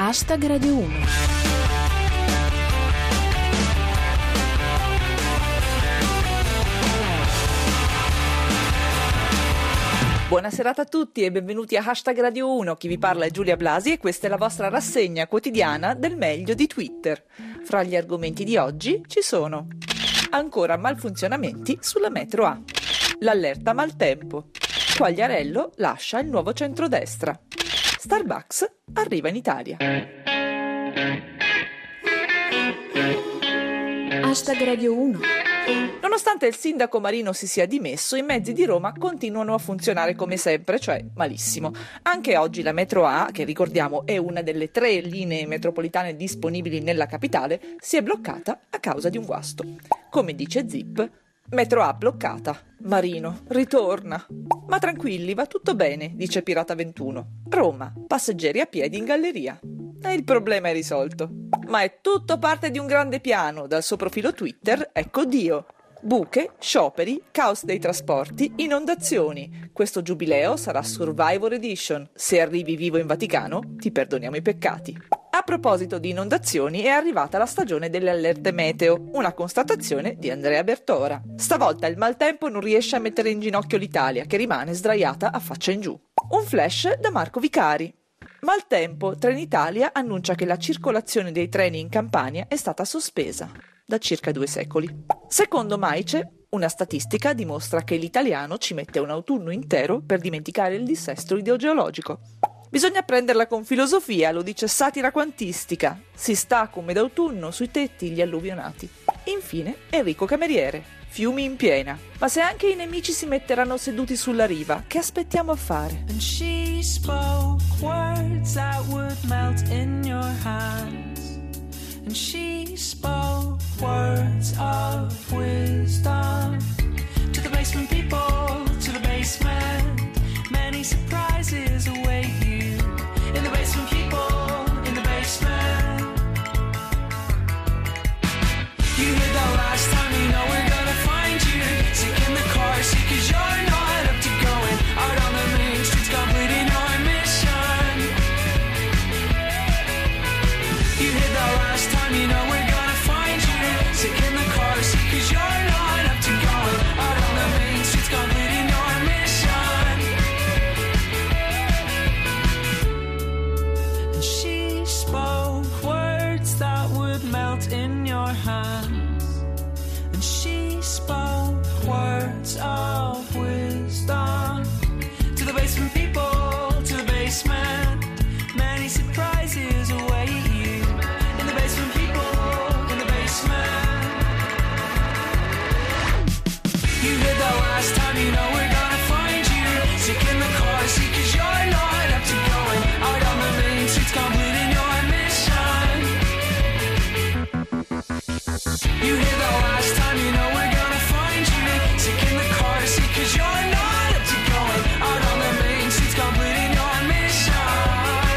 Radio 1. Buona serata a tutti e benvenuti a Radio 1. Chi vi parla è Giulia Blasi e questa è la vostra rassegna quotidiana del meglio di Twitter. Fra gli argomenti di oggi ci sono: ancora malfunzionamenti sulla metro A, l'allerta maltempo, Quagliariello lascia il nuovo centrodestra, Starbucks arriva in Italia. Radio 1. Nonostante il sindaco Marino si sia dimesso, i mezzi di Roma continuano a funzionare come sempre, cioè malissimo. Anche oggi la metro A, che ricordiamo è una delle 3 linee metropolitane disponibili nella capitale, si è bloccata a causa di un guasto. Come dice Zip, metro A bloccata. Marino, ritorna. Ma tranquilli, va tutto bene, dice Pirata 21. Roma, passeggeri a piedi in galleria. E il problema è risolto. Ma è tutto parte di un grande piano. Dal suo profilo Twitter, ecco Dio. Buche, scioperi, caos dei trasporti, inondazioni. Questo giubileo sarà Survivor Edition. Se arrivi vivo in Vaticano, ti perdoniamo i peccati. A proposito di inondazioni, è arrivata la stagione delle allerte meteo, una constatazione di Andrea Bertora. Stavolta il maltempo non riesce a mettere in ginocchio l'Italia, che rimane sdraiata a faccia in giù. Un flash da Marco Vicari. Maltempo, Trenitalia annuncia che la circolazione dei treni in Campania è stata sospesa da circa 2 secoli. Secondo Maice, una statistica dimostra che l'italiano ci mette un autunno intero per dimenticare il dissesto idrogeologico. Bisogna prenderla con filosofia, lo dice Satira Quantistica. Si sta come d'autunno sui tetti gli alluvionati. Infine, Enrico Cameriere. Fiumi in piena. Ma se anche i nemici si metteranno seduti sulla riva, che aspettiamo a fare? And she spoke words that would melt in your hands. And she spoke words of wisdom. To the basement people, to the basement. Many surprises await you. In the basement people, in the basement. You heard that last time, you know we're gonna find you. Sick in the car, sick 'cause you're not up to going out on the main streets, completing your mission. You heard that last time, you know we're gonna find you. Sick in the car, sick 'cause you're not up to going out on the main streets, completing your mission. And she spoke words that would melt in your hands. And she spoke words of wisdom. To the basement people, to the basement. Many surprises await you. In the basement people, in the basement. You heard that last time, you know we're gonna find you. Sick in the car, see 'cause you're not up to going out on the main streets, completing your mission. You hear that last time, you know we're gonna find you. Sick in the car, see 'cause you're not up to going out on the main streets, completing your mission.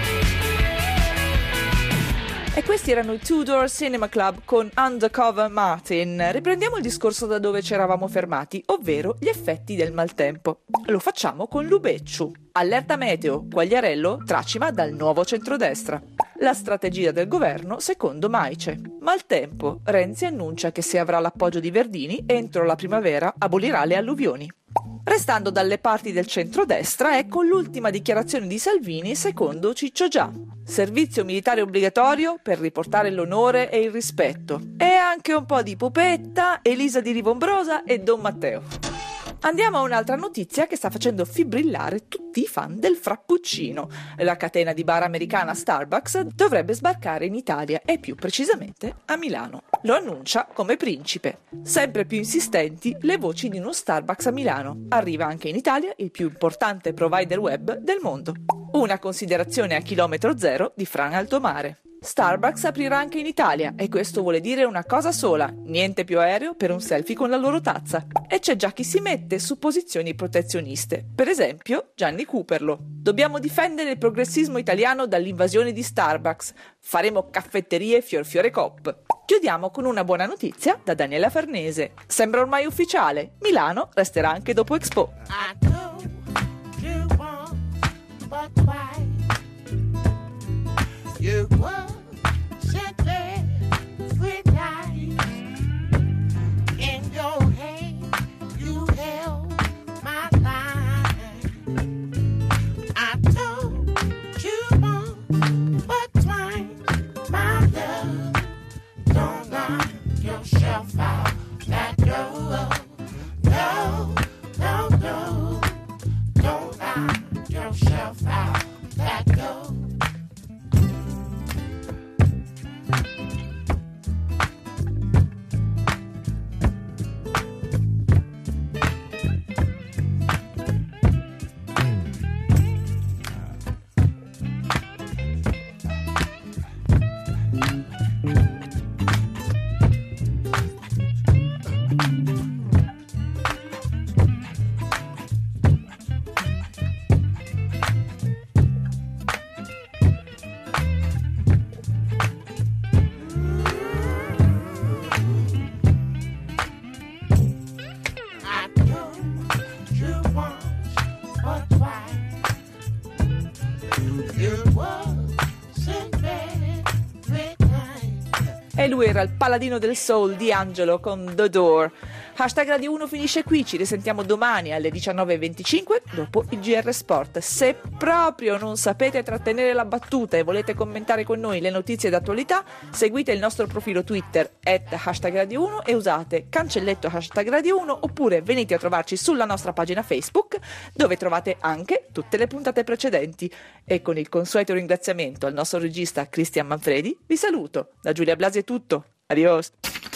E questi erano i Tudor Cinema Club con Undercover Martin. Riprendiamo il discorso da dove ci eravamo fermati, ovvero gli effetti del maltempo. Lo facciamo con Lubecciu. Allerta meteo, Quagliariello tracima dal nuovo centrodestra. La strategia del governo secondo Maice. Maltempo, Renzi annuncia che se avrà l'appoggio di Verdini, entro la primavera abolirà le alluvioni. Restando dalle parti del centrodestra, ecco l'ultima dichiarazione di Salvini secondo Ciccio Già. Servizio militare obbligatorio per riportare l'onore e il rispetto. E anche un po' di Pupetta, Elisa di Rivombrosa e Don Matteo. Andiamo a un'altra notizia che sta facendo fibrillare tutti i fan del frappuccino. La catena di bar americana Starbucks dovrebbe sbarcare in Italia e più precisamente a Milano. Lo annuncia come principe. Sempre più insistenti le voci di uno Starbucks a Milano. Arriva anche in Italia il più importante provider web del mondo. Una considerazione a chilometro zero di Fran Altomare. Starbucks aprirà anche in Italia e questo vuole dire una cosa sola: niente più aereo per un selfie con la loro tazza. E c'è già chi si mette su posizioni protezioniste. Per esempio Gianni Cooperlo. Dobbiamo difendere il progressismo italiano dall'invasione di Starbucks. Faremo caffetterie fior cop. Chiudiamo con una buona notizia da Daniela Farnese. Sembra ormai ufficiale, Milano resterà anche dopo Expo. You were simply with eyes. In your hand, you held my life. I told you once but twice, my love. Don't knock yourself out that door. No, no, no. Don't knock yourself out that door. I told you once or twice. You wasn't very kind. E lui era il paladino del soul di Angelo con The Door. Hashtag Radio 1 finisce qui, ci risentiamo domani alle 19.25 dopo il GR Sport. Se proprio non sapete trattenere la battuta e volete commentare con noi le notizie d'attualità, seguite il nostro profilo Twitter @Radio1 e usate cancelletto #Radio1 oppure venite a trovarci sulla nostra pagina Facebook dove trovate anche tutte le puntate precedenti. E con il consueto ringraziamento al nostro regista Cristian Manfredi vi saluto. Da Giulia Blasi è tutto. Adios.